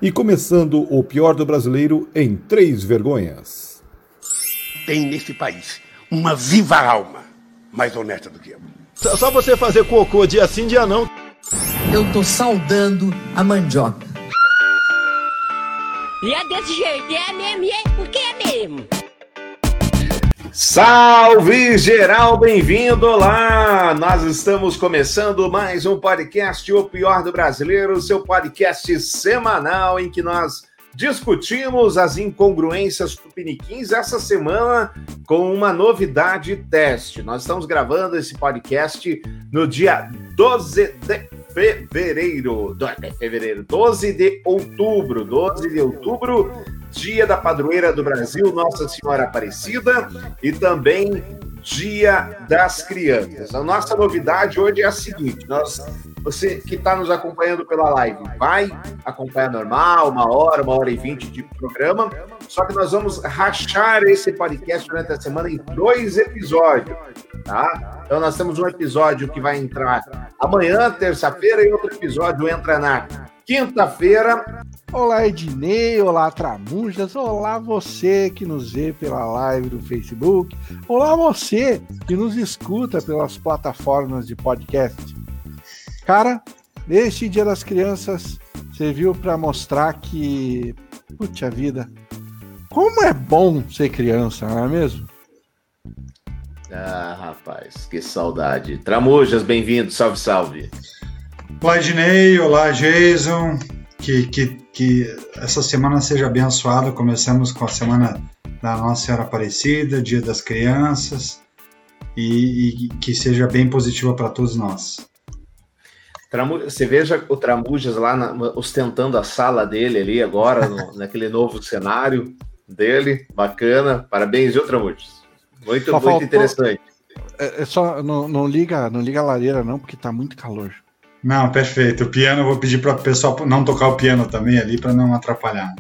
E começando o pior do brasileiro em 3 vergonhas. Tem nesse país uma viva alma mais honesta do que eu. Só você fazer cocô dia sim, dia não. Eu tô saudando a mandioca. E é desse jeito, é mesmo, porque é mesmo. Salve geral, bem-vindo lá! Nós estamos começando mais um podcast, O Pior do Brasileiro, seu podcast semanal em que nós discutimos as incongruências tupiniquins essa semana com uma novidade teste. Nós estamos gravando esse podcast no dia 12 de outubro, dia da padroeira do Brasil, Nossa Senhora Aparecida, e também Dia das Crianças. A nossa novidade hoje é a seguinte: você que está nos acompanhando pela live vai acompanhar normal, 1h e 20 de programa, só que nós vamos rachar esse podcast durante a semana em 2 episódios, tá? Então nós temos um episódio que vai entrar amanhã, terça-feira, e outro episódio entra na quinta-feira. Olá, Ednei, olá, Tramujas, olá você que nos vê pela live do Facebook, olá você que nos escuta pelas plataformas de podcast. Cara, este Dia das Crianças serviu para mostrar que, puxa vida, como é bom ser criança, não é mesmo? Ah, rapaz, que saudade. Tramujas, bem-vindo, salve, salve. Olá, Ednei, olá, Jason. Que essa semana seja abençoada. Começamos com a semana da Nossa Senhora Aparecida, Dia das Crianças, e que seja bem positiva para todos nós. Você veja o Tramujas lá ostentando a sala dele ali agora, naquele novo cenário dele, bacana. Parabéns, viu, Tramujas? Muito interessante. Só não liga a lareira não, porque tá muito calor. Não, perfeito. O piano, eu vou pedir para o pessoal não tocar o piano também ali, para não atrapalhar.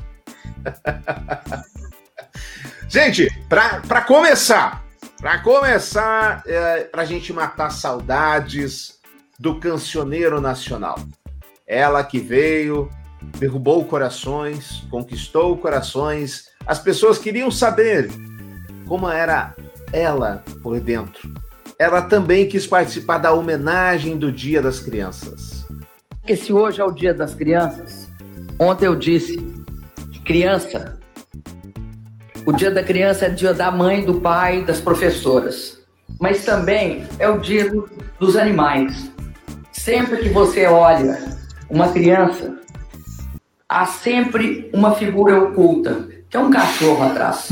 Gente, para começar, para a gente matar saudades do cancioneiro nacional. Ela que veio, derrubou corações, conquistou corações. As pessoas queriam saber como era ela por dentro. Ela também quis participar da homenagem do Dia das Crianças. Porque se hoje é o Dia das Crianças, ontem eu disse, criança, o Dia da Criança é o dia da mãe, do pai, das professoras. Mas também é o dia dos animais. Sempre que você olha uma criança, há sempre uma figura oculta, que é um cachorro atrás.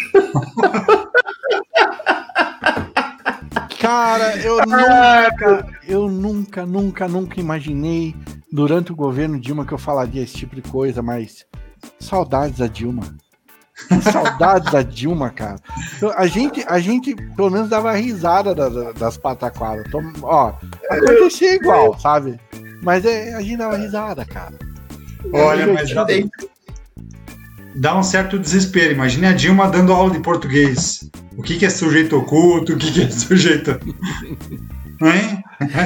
Cara, eu nunca imaginei durante o governo Dilma que eu falaria esse tipo de coisa, mas saudades da Dilma. Saudades da Dilma, cara. A gente pelo menos dava risada das pataquadas. Acontecia igual, sabe? Mas a gente dava risada, cara. Olha, mas dá um certo desespero. Imagine a Dilma dando aula de português. O que é sujeito oculto? O que é sujeito... Hein?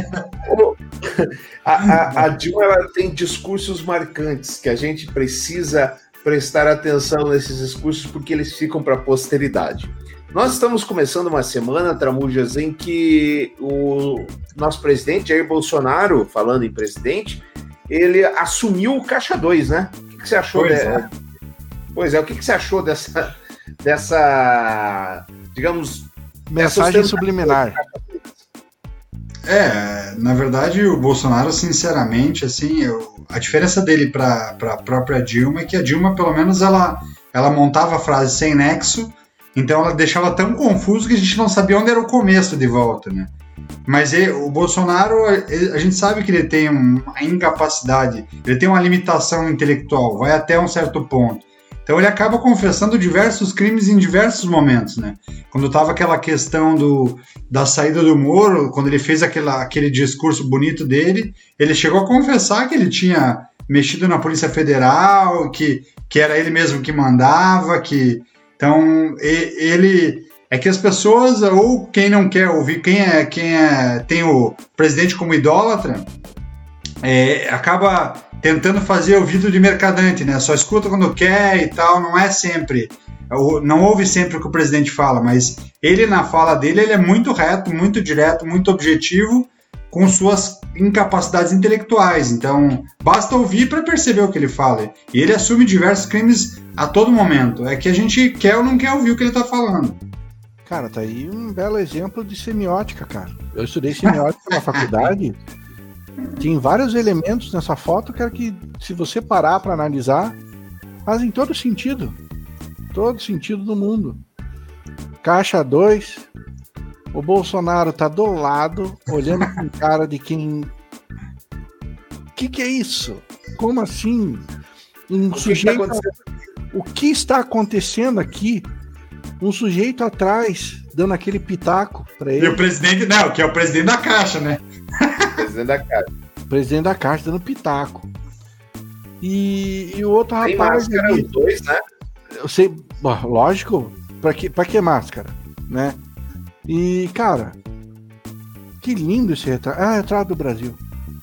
A Dilma, ela tem discursos marcantes que a gente precisa prestar atenção nesses discursos porque eles ficam para a posteridade. Nós estamos começando uma semana, Tramujas, em que o nosso presidente, Jair Bolsonaro, falando em presidente, ele assumiu o Caixa 2, né? O que você achou? Pois é, o que você achou dessa digamos... mensagem subliminar? Na verdade, o Bolsonaro, sinceramente, assim, a diferença dele para a própria Dilma é que a Dilma, pelo menos, ela montava a frase sem nexo, então ela deixava tão confuso que a gente não sabia onde era o começo de volta, né? Mas o Bolsonaro, a gente sabe que ele tem uma incapacidade, ele tem uma limitação intelectual, vai até um certo ponto. Então ele acaba confessando diversos crimes em diversos momentos, né? Quando estava aquela questão da saída do Moro, quando ele fez aquele discurso bonito dele, ele chegou a confessar que ele tinha mexido na Polícia Federal, que era ele mesmo que mandava, então ele... É que as pessoas, ou quem não quer ouvir, quem tem o presidente como idólatra, acaba tentando fazer ouvido de mercadante, né? Só escuta quando quer e tal, não é sempre, não ouve sempre o que o presidente fala, mas ele, na fala dele, ele é muito reto, muito direto, muito objetivo, com suas incapacidades intelectuais. Então, basta ouvir para perceber o que ele fala. E ele assume diversos crimes a todo momento. É que a gente quer ou não quer ouvir o que ele tá falando. Cara, tá aí um belo exemplo de semiótica, cara. Eu estudei semiótica na faculdade. Tem vários elementos nessa foto, cara, que se você parar para analisar, fazem todo sentido. Todo sentido do mundo. Caixa 2... O Bolsonaro tá do lado, olhando com cara de quem... Que é isso? Como assim? O que está acontecendo aqui? Um sujeito atrás, dando aquele pitaco pra ele. E o presidente, não, que é o presidente da Caixa, né? Presidente da Caixa. Presidente da Caixa, dando pitaco. E o outro tem rapaz... Tem máscara, os dois, né? Eu sei, lógico, pra que máscara, né? E, cara, que lindo esse retrato. Ah, retrato do Brasil.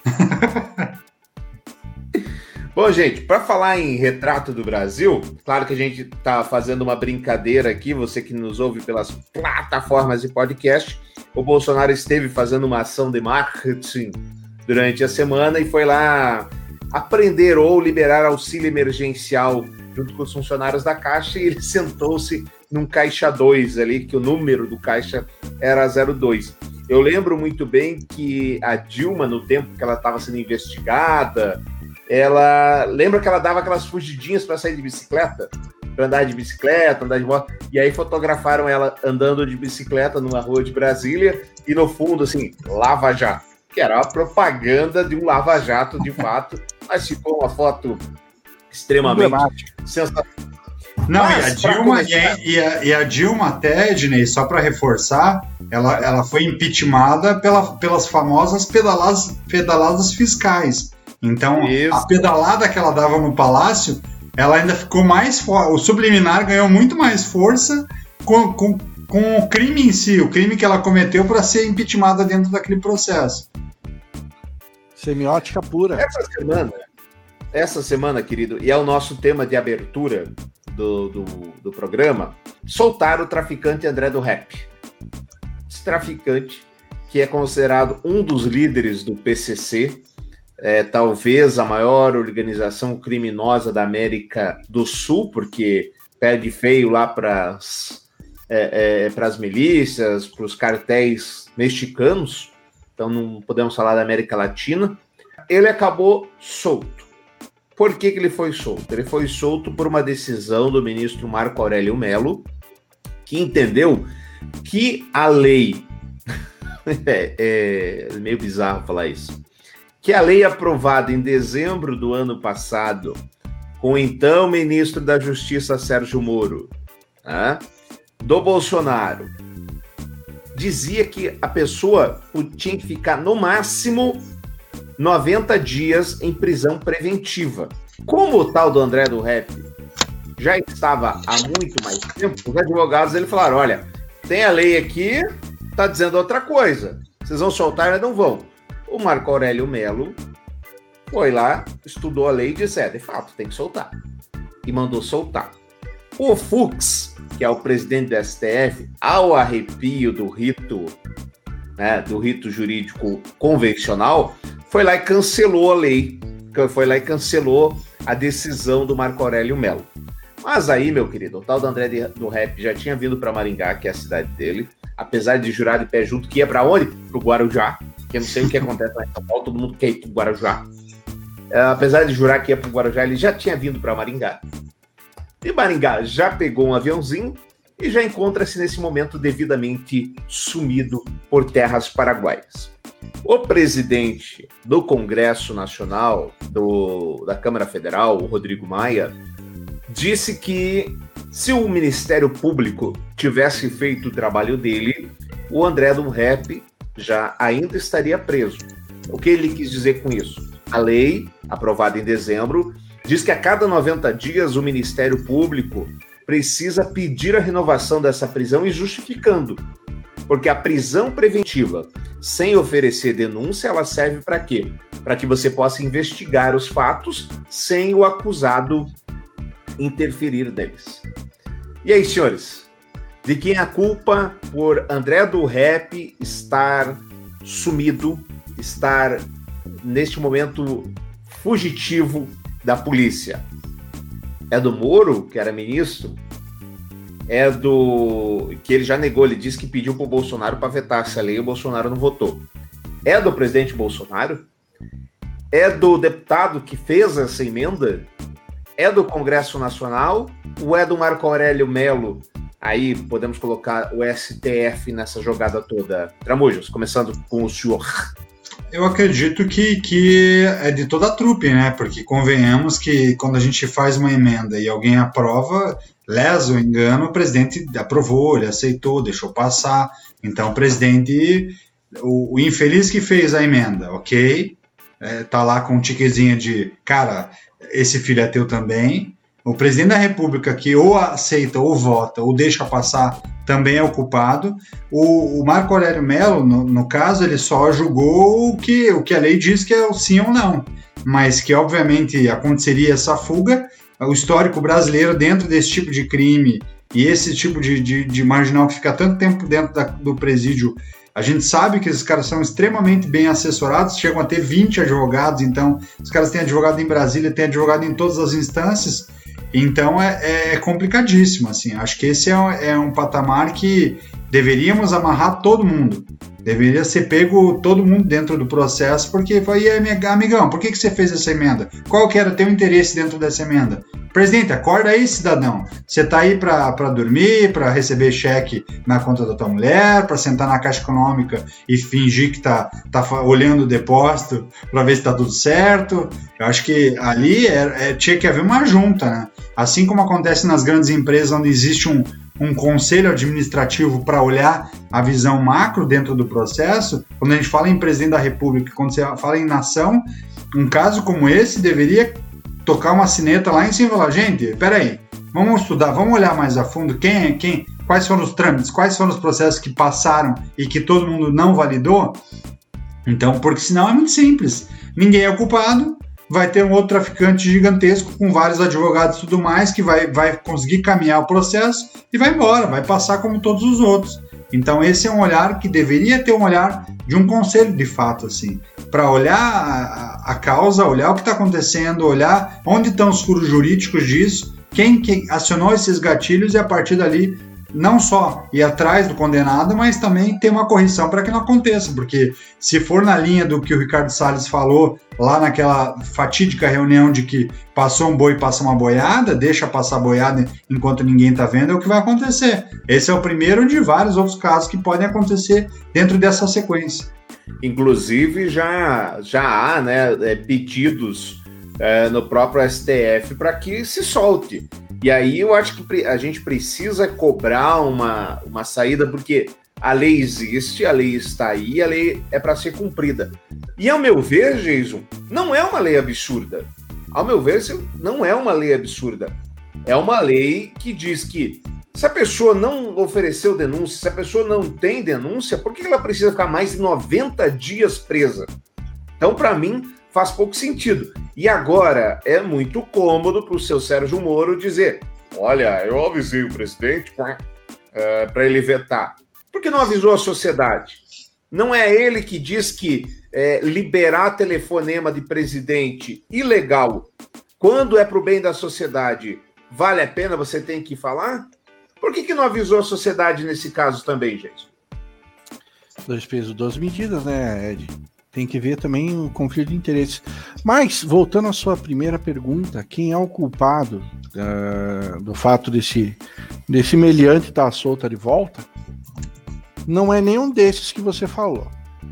Bom, gente, para falar em retrato do Brasil, claro que a gente tá fazendo uma brincadeira aqui, você que nos ouve pelas plataformas de podcast, o Bolsonaro esteve fazendo uma ação de marketing durante a semana e foi lá aprender ou liberar auxílio emergencial junto com os funcionários da Caixa, e ele sentou-se num caixa 2 ali, que o número do caixa era 02. Eu lembro muito bem que a Dilma, no tempo que ela estava sendo investigada, lembra que ela dava aquelas fugidinhas para sair de bicicleta, para andar de bicicleta, andar de moto, e aí fotografaram ela andando de bicicleta numa rua de Brasília, e no fundo, assim, Lava Jato, que era uma propaganda de um Lava Jato, de fato, mas ficou uma foto extremamente sensacional. Não, e a Dilma até, Ednei, só para reforçar, ela foi impeachmentada pelas famosas pedaladas fiscais. Então, isso. A pedalada que ela dava no Palácio, ela ainda ficou mais forte. O subliminar ganhou muito mais força com o crime em si, o crime que ela cometeu para ser impeachmentada dentro daquele processo. Semiótica pura. Essa semana, querido, e é o nosso tema de abertura do programa, soltaram o traficante André do Rap. Esse traficante, que é considerado um dos líderes do PCC, talvez a maior organização criminosa da América do Sul, porque pede feio lá para as milícias, para os cartéis mexicanos, então não podemos falar da América Latina. Ele acabou solto. Por que ele foi solto? Ele foi solto por uma decisão do ministro Marco Aurélio Mello, que entendeu que a lei... é meio bizarro falar isso. Que a lei aprovada em dezembro do ano passado, com o então ministro da Justiça, Sérgio Moro, do Bolsonaro, dizia que a pessoa tinha que ficar, no máximo, 90 dias em prisão preventiva. Como o tal do André do Rap já estava há muito mais tempo, os advogados ele falaram, olha, tem a lei aqui, tá dizendo outra coisa. Vocês vão soltar, mas não vão. O Marco Aurélio Mello foi lá, estudou a lei e disse, de fato, tem que soltar. E mandou soltar. O Fux, que é o presidente do STF, ao arrepio do rito, do rito jurídico convencional, foi lá e cancelou a lei, foi lá e cancelou a decisão do Marco Aurélio Mello. Mas aí, meu querido, o tal do André do Rap já tinha vindo para Maringá, que é a cidade dele, apesar de jurar de pé junto, que ia para onde? Pro Guarujá, que eu não sei o que acontece lá em São Paulo, todo mundo quer ir pro Guarujá. Apesar de jurar que ia pro Guarujá, ele já tinha vindo para Maringá. E Maringá já pegou um aviãozinho e já encontra-se nesse momento devidamente sumido por terras paraguaias. O presidente do Congresso Nacional, da Câmara Federal, o Rodrigo Maia, disse que se o Ministério Público tivesse feito o trabalho dele, o André do Rap já ainda estaria preso. O que ele quis dizer com isso? A lei, aprovada em dezembro, diz que a cada 90 dias o Ministério Público precisa pedir a renovação dessa prisão e justificando. Porque a prisão preventiva sem oferecer denúncia, ela serve para quê? Para que você possa investigar os fatos sem o acusado interferir neles. E aí, senhores? De quem é a culpa por André do Rap estar sumido, estar neste momento fugitivo da polícia? É do Moro, que era ministro? É do... que ele já negou, ele disse que pediu para o Bolsonaro para vetar essa lei e o Bolsonaro não votou. É do presidente Bolsonaro? É do deputado que fez essa emenda? É do Congresso Nacional? Ou é do Marco Aurélio Melo? Aí podemos colocar o STF nessa jogada toda. Tramujas, começando com o senhor. Eu acredito que é de toda a trupe, né? Porque convenhamos que quando a gente faz uma emenda e alguém aprova, lesa o engano, o presidente aprovou, ele aceitou, deixou passar. Então o presidente, o infeliz que fez a emenda, ok, tá lá com um tiquezinho de, cara, esse filho é teu também. O presidente da República que ou aceita, ou vota, ou deixa passar, também é o culpado. O Marco Aurélio Melo, no caso, ele só julgou o que a lei diz que é o sim ou não. Mas que, obviamente, aconteceria essa fuga. O histórico brasileiro, dentro desse tipo de crime, e esse tipo de marginal que fica tanto tempo dentro do presídio, a gente sabe que esses caras são extremamente bem assessorados, chegam a ter 20 advogados, então os caras têm advogado em Brasília, têm advogado em todas as instâncias. Então é complicadíssimo, assim. Acho que esse é um patamar que deveríamos amarrar todo mundo. Deveria ser pego todo mundo dentro do processo, porque foi, amigão, por que você fez essa emenda? Qual que era o teu interesse dentro dessa emenda? Presidente, acorda aí, cidadão. Você tá aí para dormir, para receber cheque na conta da tua mulher, para sentar na Caixa Econômica e fingir que tá olhando o depósito para ver se tá tudo certo. Eu acho que ali tinha que haver uma junta, né? Assim como acontece nas grandes empresas, onde existe um conselho administrativo para olhar a visão macro dentro do processo. Quando a gente fala em presidente da República, quando você fala em nação, um caso como esse deveria tocar uma sineta lá em cima e falar, gente, peraí, vamos estudar, vamos olhar mais a fundo quais foram os trâmites, quais foram os processos que passaram e que todo mundo não validou. Então, porque senão é muito simples, ninguém é culpado, vai ter um outro traficante gigantesco com vários advogados e tudo mais que vai conseguir caminhar o processo e vai embora, vai passar como todos os outros. Então esse é um olhar que deveria ter um olhar de um conselho de fato, assim, para olhar a causa, olhar o que está acontecendo, olhar onde estão os furos jurídicos disso, quem acionou esses gatilhos e a partir dali não só ir atrás do condenado, mas também ter uma correção para que não aconteça, porque se for na linha do que o Ricardo Salles falou lá naquela fatídica reunião de que passou um boi e passa uma boiada, deixa passar a boiada enquanto ninguém está vendo, é o que vai acontecer. Esse é o primeiro de vários outros casos que podem acontecer dentro dessa sequência. Inclusive já há, né, pedidos no próprio STF para que se solte. E aí eu acho que a gente precisa cobrar uma saída, porque a lei existe, a lei está aí, a lei é para ser cumprida. E ao meu ver, Jason, não é uma lei absurda. Ao meu ver, não é uma lei absurda. É uma lei que diz que se a pessoa não ofereceu denúncia, se a pessoa não tem denúncia, por que ela precisa ficar mais de 90 dias presa? Então, para mim, faz pouco sentido. E agora é muito cômodo para o seu Sérgio Moro dizer, olha, eu avisei o presidente para ele vetar. Por que não avisou a sociedade? Não é ele que diz que liberar telefonema de presidente ilegal, quando é para o bem da sociedade, vale a pena, você tem que falar? Por que não avisou a sociedade nesse caso também, gente? 2 pesos, 2 medidas, né, Ed? Tem que ver também o conflito de interesses. Mas, voltando à sua primeira pergunta, quem é o culpado do fato desse meliante estar solto de volta? Não é nenhum desses que você falou.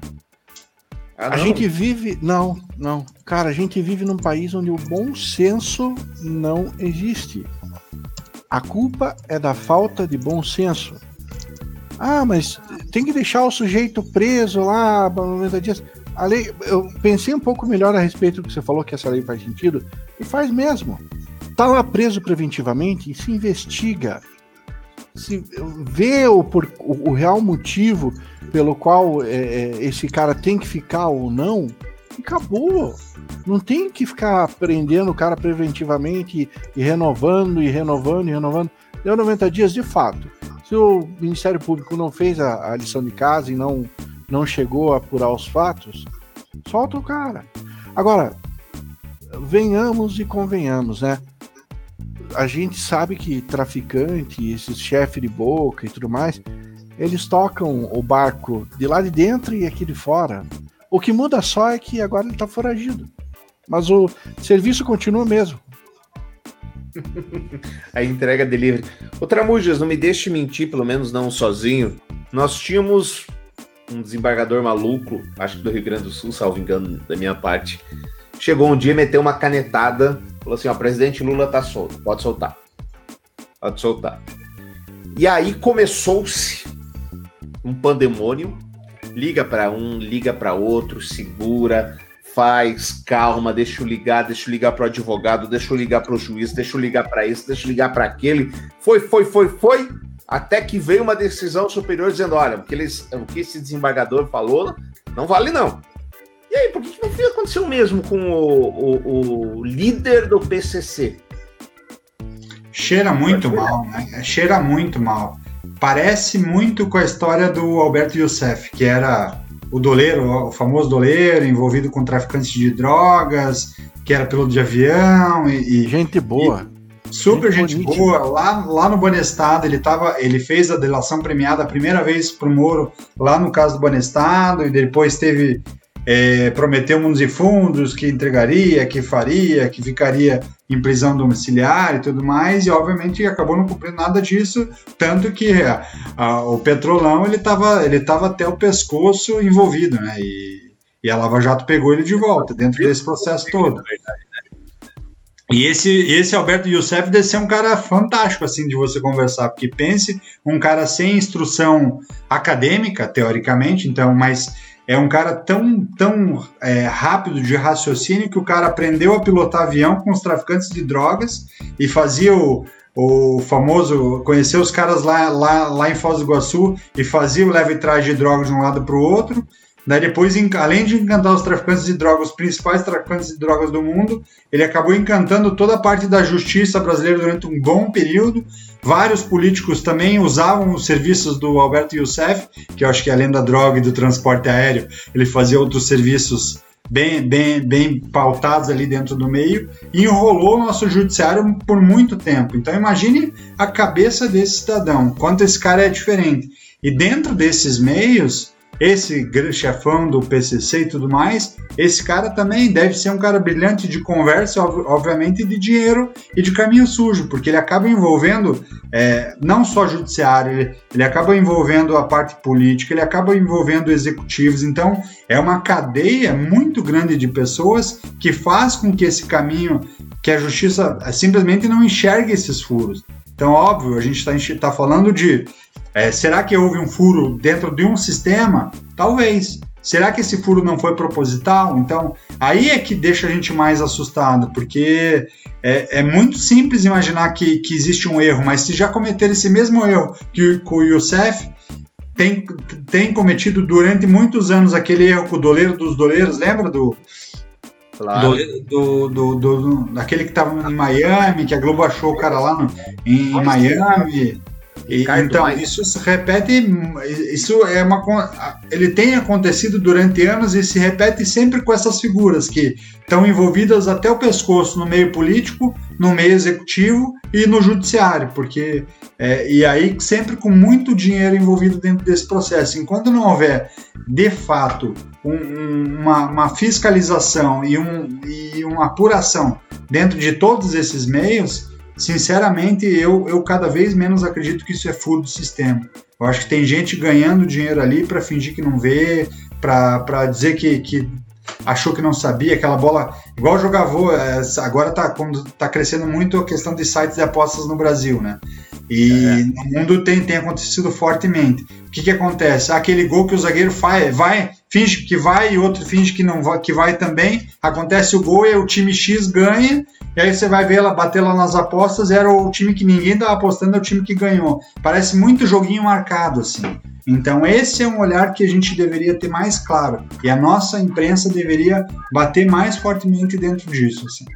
A gente vive... Não. Cara, a gente vive num país onde o bom senso não existe. A culpa é da falta de bom senso. Ah, mas tem que deixar o sujeito preso lá por 90 dias... A lei, eu pensei um pouco melhor a respeito do que você falou, que essa lei faz sentido, e faz mesmo. Tá lá preso preventivamente e se investiga. se vê o real motivo pelo qual esse cara tem que ficar ou não, e acabou. Não tem que ficar prendendo o cara preventivamente e renovando. Deu 90 dias de fato. Se o Ministério Público não fez a lição de casa e não chegou a apurar os fatos, solta o cara. Agora, venhamos e convenhamos, né? A gente sabe que traficante, esses chefes de boca e tudo mais, eles tocam o barco de lá de dentro e aqui de fora. O que muda só é que agora ele tá foragido. Mas o serviço continua mesmo. A entrega delivery. Ô Tramujas, não me deixe mentir, pelo menos não sozinho. Nós tínhamos um desembargador maluco, acho que do Rio Grande do Sul, salvo engano da minha parte. Chegou um dia, meteu uma canetada, falou assim, ó, presidente Lula tá solto, pode soltar. Pode soltar. E aí começou-se um pandemônio, liga para um, liga para outro, segura, faz, calma, deixa eu ligar pro advogado, deixa eu ligar pro juiz, deixa eu ligar para esse, deixa eu ligar para aquele. Foi, até que veio uma decisão superior dizendo, olha, o que esse desembargador falou não vale não. E aí, por que não aconteceu o mesmo com o líder do PCC? Cheira muito mal, né? Cheira muito mal. Parece muito com a história do Alberto Youssef, que era o doleiro, o famoso doleiro, envolvido com traficantes de drogas, que era piloto de avião e gente boa. Super gente boa. Lá no Banestado, ele fez a delação premiada a primeira vez pro Moro, lá no caso do Banestado, e depois prometeu mundos e fundos, que entregaria, que faria, que ficaria em prisão domiciliar e tudo mais, e obviamente acabou não cumprindo nada disso, tanto que o Petrolão ele tava até o pescoço envolvido, né? E a Lava Jato pegou ele de volta dentro desse processo todo. E esse Alberto Youssef deve ser um cara fantástico assim de você conversar, porque pense um cara sem instrução acadêmica, teoricamente, então, mas é um cara tão rápido de raciocínio que o cara aprendeu a pilotar avião com os traficantes de drogas e fazia o famoso, conhecer os caras lá em Foz do Iguaçu e fazia o leve e trás de drogas de um lado para o outro. Daí depois, além de encantar os traficantes de drogas, os principais traficantes de drogas do mundo, ele acabou encantando toda a parte da justiça brasileira durante um bom período. Vários políticos também usavam os serviços do Alberto Youssef, que eu acho que além da droga e do transporte aéreo, ele fazia outros serviços bem pautados ali dentro do meio, e enrolou o nosso judiciário por muito tempo. Então imagine a cabeça desse cidadão, quanto esse cara é diferente. E dentro desses meios, esse grande chefão do PCC e tudo mais, esse cara também deve ser um cara brilhante de conversa, obviamente de dinheiro e de caminho sujo, porque ele acaba envolvendo não só judiciário, ele acaba envolvendo a parte política, ele acaba envolvendo executivos, então é uma cadeia muito grande de pessoas que faz com que esse caminho, que a justiça simplesmente não enxergue esses furos. Então, óbvio, a gente está falando de será que houve um furo dentro de um sistema? Talvez. Será que esse furo não foi proposital? Então, aí é que deixa a gente mais assustado, porque é muito simples imaginar que existe um erro, mas se já cometer esse mesmo erro que o Youssef tem cometido durante muitos anos, aquele erro com o doleiro dos doleiros, lembra Claro. Daquele que estava em Miami, que a Globo achou o cara lá em Miami. Então, isso se repete, ele tem acontecido durante anos e se repete sempre com essas figuras que estão envolvidas até o pescoço no meio político, no meio executivo e no judiciário, porque e aí sempre com muito dinheiro envolvido dentro desse processo. Enquanto não houver, de fato, uma fiscalização e uma apuração dentro de todos esses meios, sinceramente, eu cada vez menos acredito que isso é furo do sistema. Eu acho que tem gente ganhando dinheiro ali para fingir que não vê, para dizer que achou que não sabia, aquela bola, igual jogar vôlei, agora tá crescendo muito a questão de sites de apostas no Brasil, né? E no mundo tem acontecido fortemente. O que acontece? Aquele gol que o zagueiro finge que vai e outro finge que não vai, que vai também. Acontece o gol e o time X ganha. E aí você vai ver ela bater lá nas apostas, era o time que ninguém estava apostando, é o time que ganhou. Parece muito joguinho marcado, assim. Então esse é um olhar que a gente deveria ter mais claro. E a nossa imprensa deveria bater mais fortemente dentro disso, assim.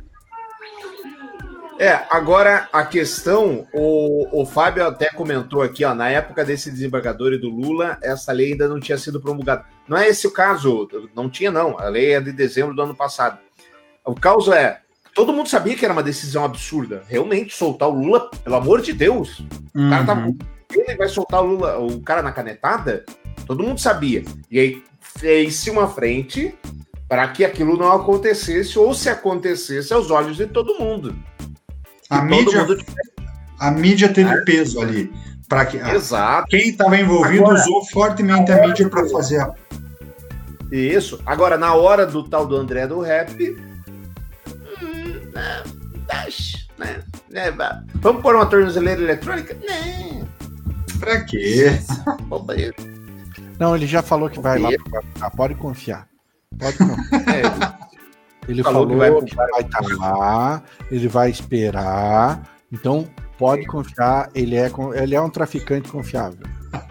Agora a questão, o Fábio até comentou aqui, ó, na época desse desembargador e do Lula, essa lei ainda não tinha sido promulgada. Não é esse o caso, não tinha não, a lei é de dezembro do ano passado. O caso é, todo mundo sabia que era uma decisão absurda, realmente, soltar o Lula, pelo amor de Deus, o cara tá, ele vai soltar o cara na canetada, todo mundo sabia. E aí fez-se uma frente para que aquilo não acontecesse, ou se acontecesse aos olhos de todo mundo. A mídia teve peso ali. Exato. Quem estava envolvido usou fortemente a mídia para fazer Isso. Agora, na hora do tal do André do Rap, vamos pôr uma tornozeleira eletrônica? Não. Pra quê? Não, ele já falou que vai lá. Pode confiar. Pode confiar. Ele falou que vai estar lá, ele vai esperar, então pode confiar, ele é um traficante confiável.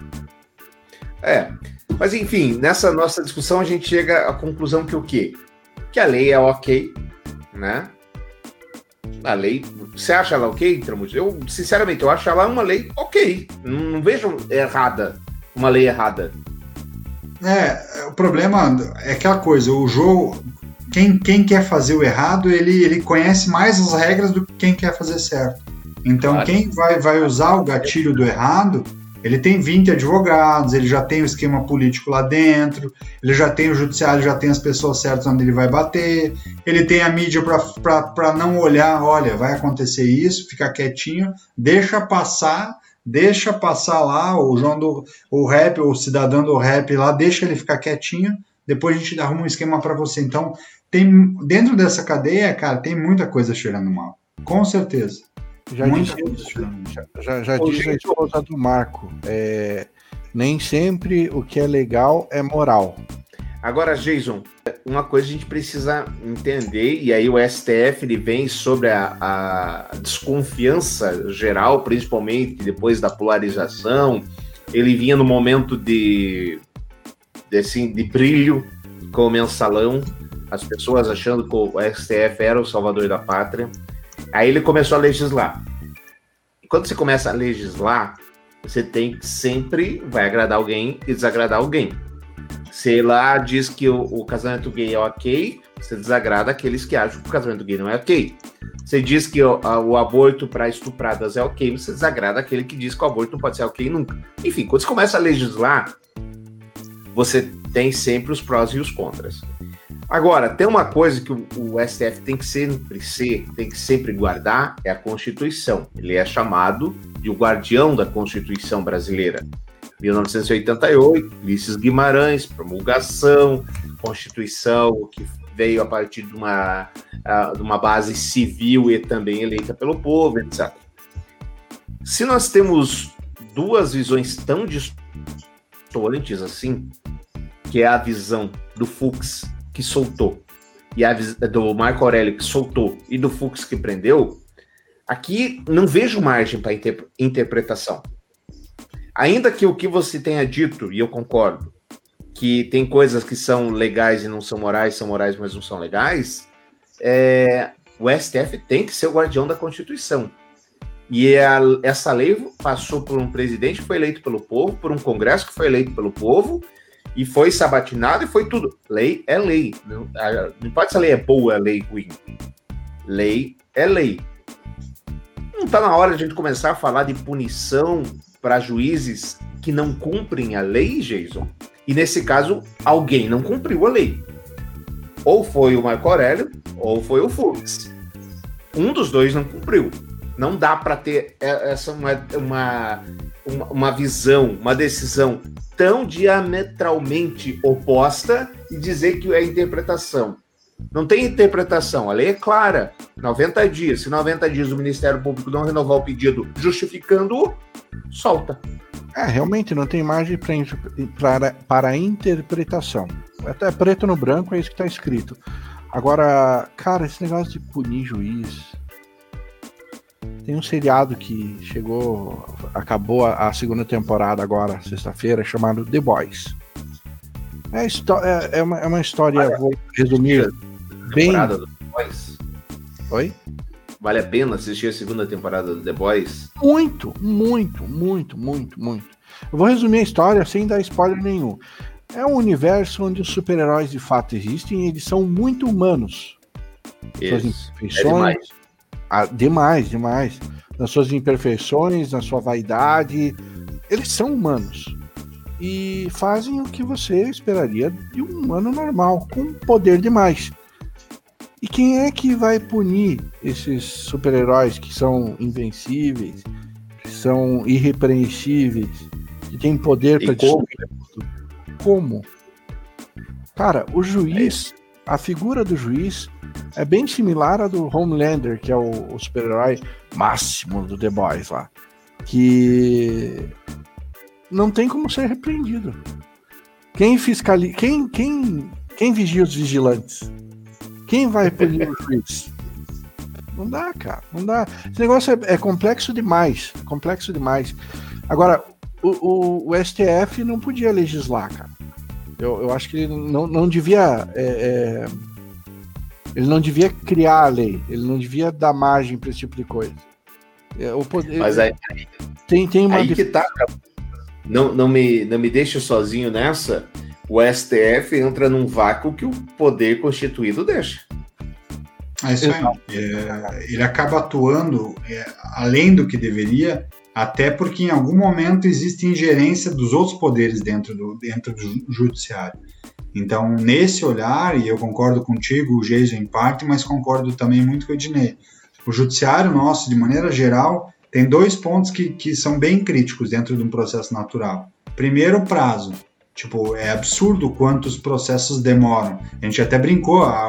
Mas enfim, nessa nossa discussão a gente chega à conclusão que o quê? Que a lei é ok, né? A lei, você acha ela ok, Tramujo? Eu, sinceramente, eu acho ela uma lei ok, não vejo uma lei errada. O problema é aquela coisa, o jogo... Quem quer fazer o errado, ele conhece mais as regras do que quem quer fazer certo. Então, claro. Quem vai usar o gatilho do errado, ele tem 20 advogados, ele já tem o esquema político lá dentro, ele já tem o judiciário, já tem as pessoas certas onde ele vai bater, ele tem a mídia para não olhar, olha, vai acontecer isso, ficar quietinho, deixa passar lá o rap, o cidadão do rap lá, deixa ele ficar quietinho, depois a gente arruma um esquema para você. Então, dentro dessa cadeia, cara, tem muita coisa cheirando mal. Com certeza. Já disse a esposa do Marco. Nem sempre o que é legal é moral. Agora, Jason, uma coisa a gente precisa entender, e aí o STF ele vem sobre a desconfiança geral, principalmente depois da polarização. Ele vinha no momento de brilho com o mensalão, as pessoas achando que o STF era o salvador da pátria. Aí ele começou a legislar. E quando você começa a legislar, você tem que sempre vai agradar alguém e desagradar alguém. Você lá diz que o casamento gay é ok, você desagrada aqueles que acham que o casamento gay não é ok. Você diz que o aborto para estupradas é ok, você desagrada aquele que diz que o aborto não pode ser ok nunca. Enfim, quando você começa a legislar, você tem sempre os prós e os contras. Agora, tem uma coisa que o STF tem que sempre guardar, é a Constituição. Ele é chamado de o guardião da Constituição brasileira. 1988, Ulisses Guimarães, promulgação, Constituição que veio a partir de uma base civil e também eleita pelo povo, etc. Se nós temos duas visões tão distantes assim, que é a visão do Fux, que soltou, e a do Marco Aurélio, que soltou, e do Fux, que prendeu, aqui não vejo margem para interpretação. Ainda que o que você tenha dito, e eu concordo, que tem coisas que são legais e não são morais, mas não são legais, o STF tem que ser o guardião da Constituição. E essa lei passou por um presidente que foi eleito pelo povo, por um congresso que foi eleito pelo povo, e foi sabatinado e foi tudo. Lei é lei. Não importa se a lei é boa, a lei ruim. Lei é lei. Não está na hora de a gente começar a falar de punição para juízes que não cumprem a lei, Jason? E nesse caso, alguém não cumpriu a lei. Ou foi o Marco Aurélio, ou foi o Fux. Um dos dois não cumpriu. Não dá para ter uma visão, uma decisão tão diametralmente oposta e dizer que é interpretação. Não tem interpretação, a lei é clara. 90 dias. Se 90 dias o Ministério Público não renovar o pedido justificando-o, solta. Realmente não tem margem para interpretação. Até preto no branco é isso que está escrito. Agora, cara, esse negócio de punir juiz... Tem um seriado que acabou a segunda temporada agora, sexta-feira, chamado The Boys. É uma história, vou resumir bem... Temporada do The Boys? Oi? Vale a pena assistir a segunda temporada do The Boys? Muito. Eu vou resumir a história sem dar spoiler nenhum. É um universo onde os super-heróis de fato existem e eles são muito humanos. Suas imperfeições... Demais. Nas suas imperfeições, na sua vaidade. Eles são humanos. E fazem o que você esperaria de um humano normal, com poder demais. E quem é que vai punir esses super-heróis que são invencíveis, que são irrepreensíveis, que têm poder para destruir tudo? Como? Cara, o juiz, a figura do juiz é bem similar à do Homelander, que é o super-herói máximo do The Boys lá, que não tem como ser repreendido. Quem vigia os vigilantes? Quem vai punir o juiz? Não dá, cara, não dá. Esse negócio é complexo demais, Agora, o STF não podia legislar, cara. Eu acho que ele não devia... Ele não devia criar a lei, ele não devia dar margem para esse tipo de coisa. O poder, mas aí tem uma aí que tá. Não me deixe sozinho nessa. O STF entra num vácuo que o poder constituído deixa. É isso aí. Ele acaba atuando além do que deveria, até porque em algum momento existe ingerência dos outros poderes dentro do judiciário. Então, nesse olhar, e eu concordo contigo, o Geiso em parte, mas concordo também muito com o Ednei. O judiciário nosso, de maneira geral, tem 2 pontos que são bem críticos dentro de um processo natural. Primeiro, o prazo. Tipo, é absurdo quantos processos demoram. A gente até brincou há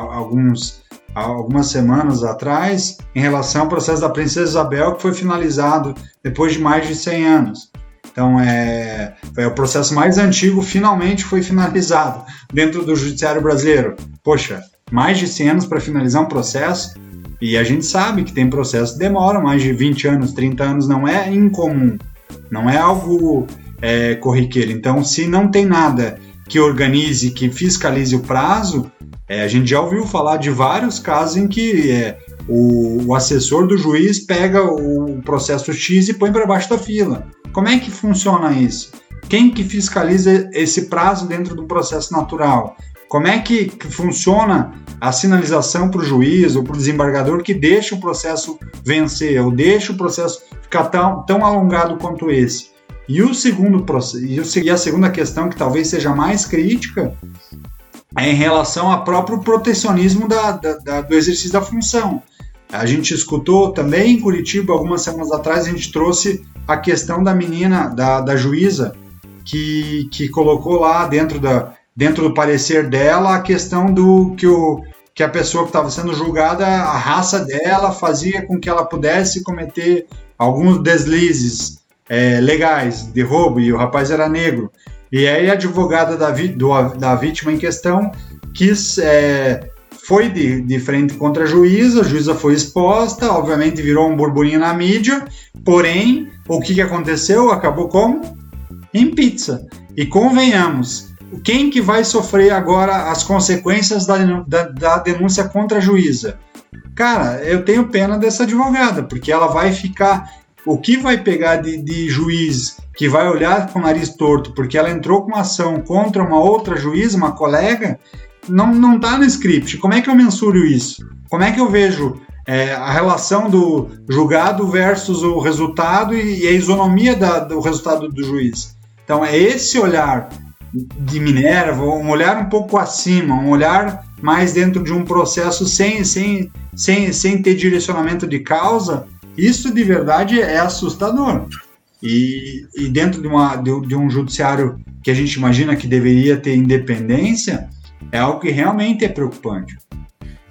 algumas semanas atrás em relação ao processo da Princesa Isabel, que foi finalizado depois de mais de 100 anos. Então, foi o processo mais antigo, finalmente foi finalizado dentro do judiciário brasileiro. Poxa, mais de 100 anos para finalizar um processo, e a gente sabe que tem processos que demoram mais de 20 anos, 30 anos, não é incomum, não é algo corriqueiro. Então, se não tem nada que organize, que fiscalize o prazo, a gente já ouviu falar de vários casos em que o assessor do juiz pega o processo X e põe para baixo da fila. Como é que funciona isso? Quem que fiscaliza esse prazo dentro do processo natural? Como é que funciona a sinalização para o juiz ou para o desembargador que deixa o processo vencer ou deixa o processo ficar tão alongado quanto esse? E a segunda questão, que talvez seja mais crítica, é em relação ao próprio protecionismo do exercício da função. A gente escutou também em Curitiba, algumas semanas atrás, a gente trouxe a questão da menina, da juíza, que colocou lá dentro do parecer dela a questão do que a pessoa que estava sendo julgada, a raça dela fazia com que ela pudesse cometer alguns deslizes legais de roubo, e o rapaz era negro. E aí a advogada da vítima em questão foi de frente contra a juíza foi exposta, obviamente virou um burburinho na mídia, porém, o que aconteceu? Acabou como? Em pizza. E convenhamos, quem que vai sofrer agora as consequências da denúncia contra a juíza? Cara, eu tenho pena dessa advogada, porque ela vai ficar... O que vai pegar de juiz que vai olhar com o nariz torto porque ela entrou com uma ação contra uma outra juíza, uma colega, não está no script. Como é que eu mensuro isso? Como é que eu vejo a relação do julgado versus o resultado e a isonomia do resultado do juiz? Então, é esse olhar de Minerva, um olhar um pouco acima, um olhar mais dentro de um processo sem ter direcionamento de causa. Isso de verdade é assustador. E dentro de um judiciário que a gente imagina que deveria ter independência, é algo que realmente é preocupante.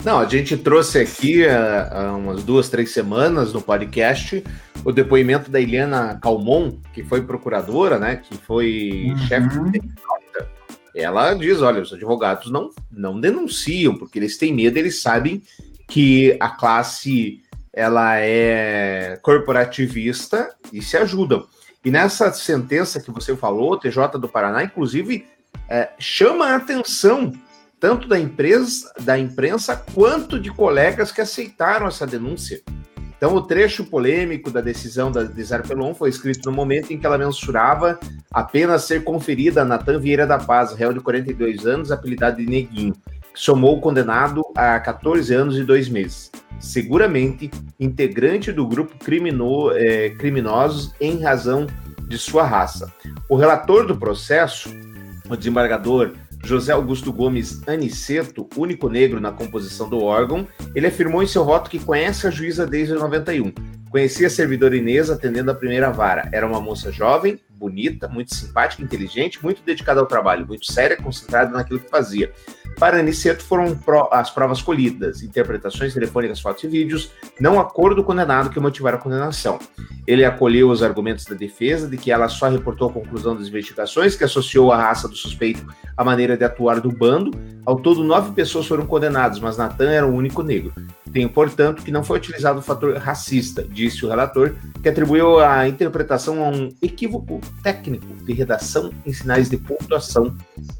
Não, a gente trouxe aqui há umas 2, 3 semanas no podcast o depoimento da Eliana Calmon, que foi procuradora, né? Que foi chefe de nota. Ela diz, olha, os advogados não denunciam, porque eles têm medo, eles sabem que a classe ela é corporativista e se ajudam. E nessa sentença que você falou, o TJ do Paraná, inclusive, chama a atenção tanto da imprensa quanto de colegas que aceitaram essa denúncia. Então, o trecho polêmico da decisão da Zarpelon foi escrito no momento em que ela mensurava apenas ser conferida a Natan Vieira da Paz, réu de 42 anos, apelidado de Neguinho, que somou o condenado a 14 anos e 2 meses. Seguramente integrante do grupo criminosos em razão de sua raça. O relator do processo, o desembargador José Augusto Gomes Aniceto, único negro na composição do órgão, ele afirmou em seu voto que conhece a juíza desde 91. Conhecia a servidora Inês atendendo a primeira vara. Era uma moça jovem, bonita, muito simpática, inteligente, muito dedicada ao trabalho, muito séria, concentrada naquilo que fazia. Para Aniceto foram as provas colhidas, interpretações telefônicas, fotos e vídeos, não o acordo do condenado que motivaram a condenação. Ele acolheu os argumentos da defesa de que ela só reportou a conclusão das investigações, que associou a raça do suspeito à maneira de atuar do bando. Ao todo, 9 pessoas foram condenadas, mas Natan era o único negro. Tenho, portanto, que não foi utilizado o fator racista, disse o relator, que atribuiu a interpretação a um equívoco técnico de redação em sinais de pontuação.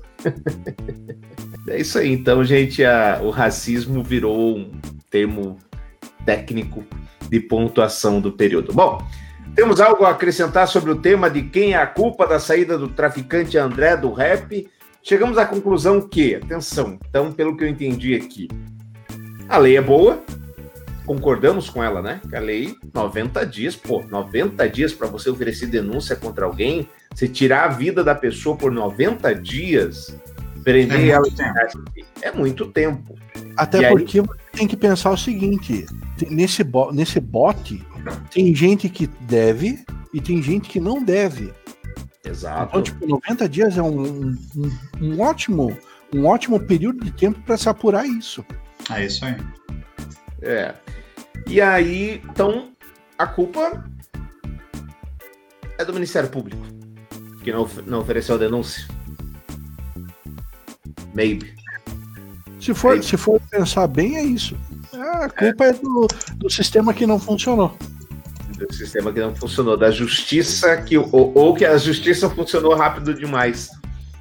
É isso aí, então, gente, o racismo virou um termo técnico de pontuação do período. Bom, temos algo a acrescentar sobre o tema de quem é a culpa da saída do traficante André do rap? Chegamos à conclusão que, atenção, então, pelo que eu entendi aqui, a lei é boa, concordamos com ela, né? Que a lei, 90 dias, 90 dias para você oferecer denúncia contra alguém, você tirar a vida da pessoa por 90 dias, prender ela, é muito tempo. Até porque você tem que pensar o seguinte, nesse bote, tem gente que deve e tem gente que não deve. Exato. Então, tipo, 90 dias é um ótimo período de tempo para se apurar isso. É isso aí. E aí, então, a culpa é do Ministério Público, que não ofereceu a denúncia. Maybe. Se for pensar bem, é isso. A culpa é do sistema que não funcionou. Do sistema que não funcionou, da justiça ou que a justiça funcionou rápido demais.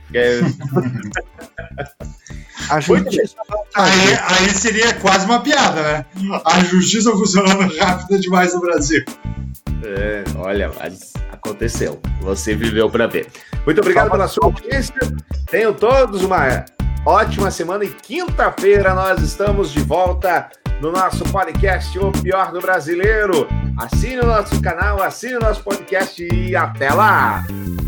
A justiça aí seria quase uma piada, né? A justiça funcionando rápido demais no Brasil. Olha, mas aconteceu. Você viveu para ver. Muito obrigado pela sua audiência. Tenham todos uma ótima semana e quinta-feira nós estamos de volta no nosso podcast O Pior do Brasileiro. Assine o nosso canal, assine o nosso podcast e até lá!